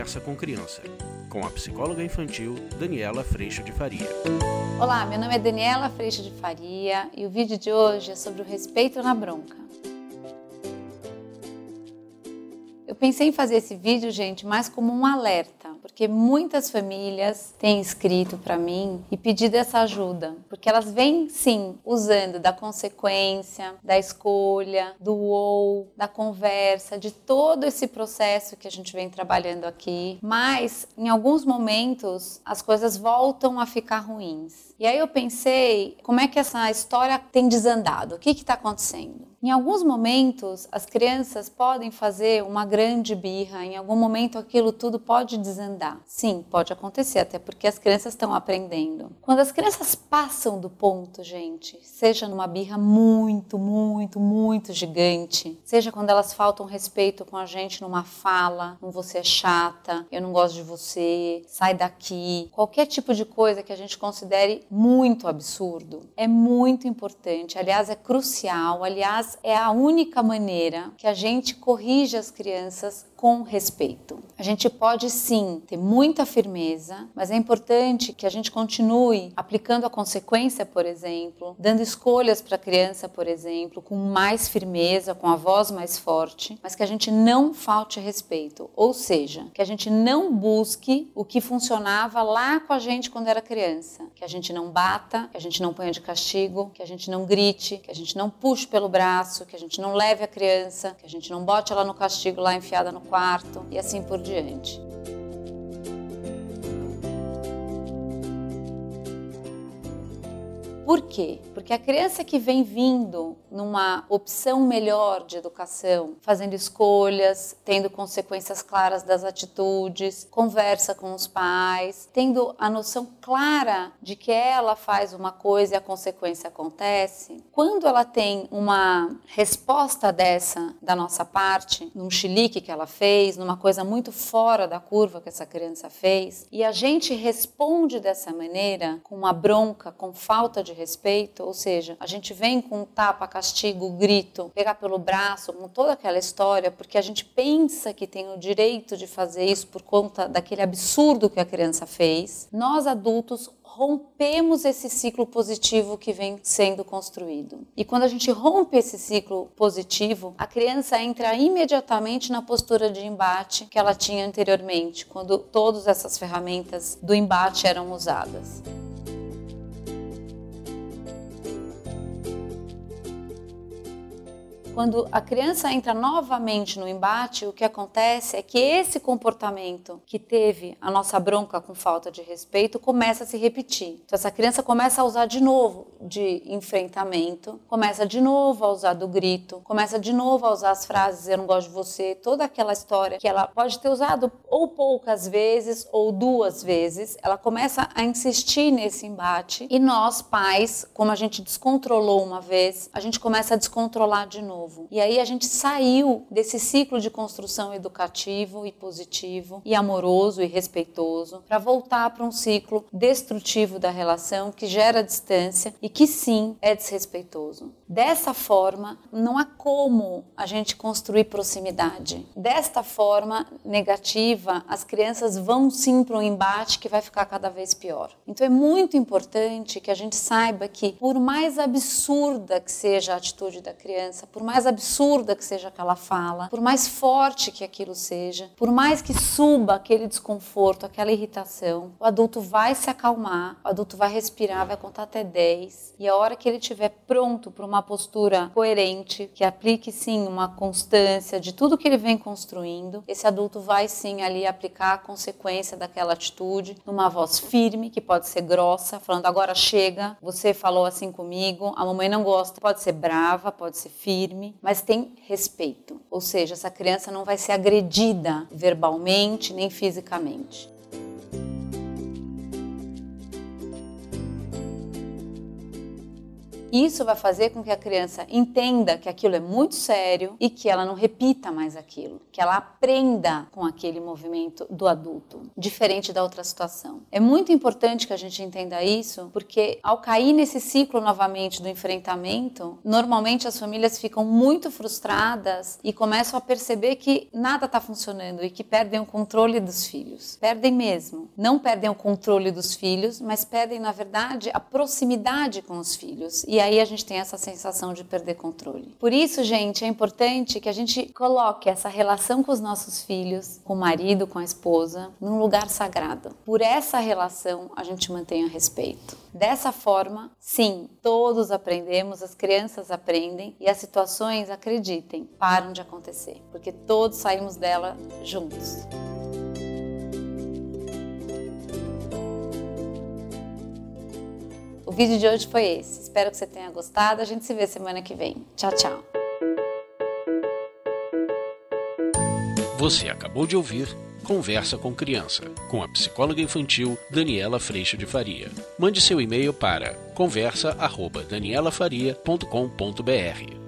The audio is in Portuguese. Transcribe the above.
Conversa com Criança, com a psicóloga infantil Daniela Freixo de Faria. Olá, meu nome é Daniela Freixo de Faria e o vídeo de hoje é sobre o respeito na bronca. Eu pensei em fazer esse vídeo, gente, mais como um alerta, porque muitas famílias têm escrito para mim e pedido essa ajuda, porque elas vêm, sim, usando da consequência, da escolha, do ou, da conversa, de todo esse processo que a gente vem trabalhando aqui, mas em alguns momentos as coisas voltam a ficar ruins. E aí eu pensei, como é que essa história tem desandado? O que está acontecendo? Em alguns momentos, as crianças podem fazer uma grande birra, em algum momento aquilo tudo pode desandar. Sim, pode acontecer, até porque as crianças estão aprendendo. Quando as crianças passam do ponto, gente, seja numa birra muito gigante, seja quando elas faltam respeito com a gente numa fala, você é chata, eu não gosto de você, sai daqui, qualquer tipo de coisa que a gente considere muito absurdo, é muito importante, aliás é crucial, aliás é a única maneira que a gente corrige as crianças com respeito. A gente pode sim ter muita firmeza, mas é importante que a gente continue aplicando a consequência, por exemplo, dando escolhas para a criança, por exemplo, com mais firmeza, com a voz mais forte, mas que a gente não falte respeito, ou seja, que a gente não busque o que funcionava lá com a gente quando era criança, que a gente não bata, que a gente não ponha de castigo, que a gente não grite, que a gente não puxe pelo braço, que a gente não leve a criança, que a gente não bote ela no castigo lá enfiada no quarto e assim por diante. Por quê? Porque a criança que vem vindo numa opção melhor de educação, fazendo escolhas, tendo consequências claras das atitudes, conversa com os pais, tendo a noção clara de que ela faz uma coisa e a consequência acontece, quando ela tem uma resposta dessa da nossa parte, num chilique que ela fez, numa coisa muito fora da curva que essa criança fez, e a gente responde dessa maneira, com uma bronca, com falta de respeito, ou seja, a gente vem com tapa, castigo, grito, pegar pelo braço, com toda aquela história, porque a gente pensa que tem o direito de fazer isso por conta daquele absurdo que a criança fez, nós adultos rompemos esse ciclo positivo que vem sendo construído. E quando a gente rompe esse ciclo positivo, a criança entra imediatamente na postura de embate que ela tinha anteriormente, quando todas essas ferramentas do embate eram usadas. Quando a criança entra novamente no embate, o que acontece é que esse comportamento que teve a nossa bronca com falta de respeito começa a se repetir. Então essa criança começa a usar de novo de enfrentamento, começa de novo a usar do grito, começa de novo a usar as frases eu não gosto de você, toda aquela história que ela pode ter usado ou poucas vezes ou duas vezes, ela começa a insistir nesse embate e nós pais, como a gente descontrolou uma vez, a gente começa a descontrolar de novo. E aí a gente saiu desse ciclo de construção educativo e positivo e amoroso e respeitoso para voltar para um ciclo destrutivo da relação que gera distância e que sim é desrespeitoso. Dessa forma, não há como a gente construir proximidade. Desta forma negativa, as crianças vão sim para um embate que vai ficar cada vez pior. Então é muito importante que a gente saiba que por mais absurda que seja a atitude da criança, por mais absurda que seja aquela fala, por mais forte que aquilo seja, por mais que suba aquele desconforto, aquela irritação, o adulto vai se acalmar, o adulto vai respirar, vai contar até 10 e a hora que ele estiver pronto para uma postura coerente, que aplique sim uma constância de tudo que ele vem construindo, esse adulto vai sim ali aplicar a consequência daquela atitude, numa voz firme, que pode ser grossa, falando agora chega, você falou assim comigo, a mamãe não gosta, pode ser brava, pode ser firme, mas tem respeito, ou seja, essa criança não vai ser agredida verbalmente nem fisicamente. Isso vai fazer com que a criança entenda que aquilo é muito sério e que ela não repita mais aquilo, que ela aprenda com aquele movimento do adulto, diferente da outra situação. É muito importante que a gente entenda isso, porque ao cair nesse ciclo novamente do enfrentamento, normalmente as famílias ficam muito frustradas e começam a perceber que nada está funcionando e que perdem o controle dos filhos. Perdem mesmo. Não perdem o controle dos filhos, mas perdem, na verdade, a proximidade com os filhos. E aí a gente tem essa sensação de perder controle. Por isso, gente, é importante que a gente coloque essa relação com os nossos filhos, com o marido, com a esposa, num lugar sagrado. Por essa relação, a gente mantém o respeito. Dessa forma, sim, todos aprendemos, as crianças aprendem e as situações, acreditem, param de acontecer, porque todos saímos dela juntos. O vídeo de hoje foi esse. Espero que você tenha gostado. A gente se vê semana que vem. Tchau, tchau. Você acabou de ouvir Conversa com Criança, com a psicóloga infantil Daniela Freixo de Faria. Mande seu e-mail para conversa@danielafaria.com.br.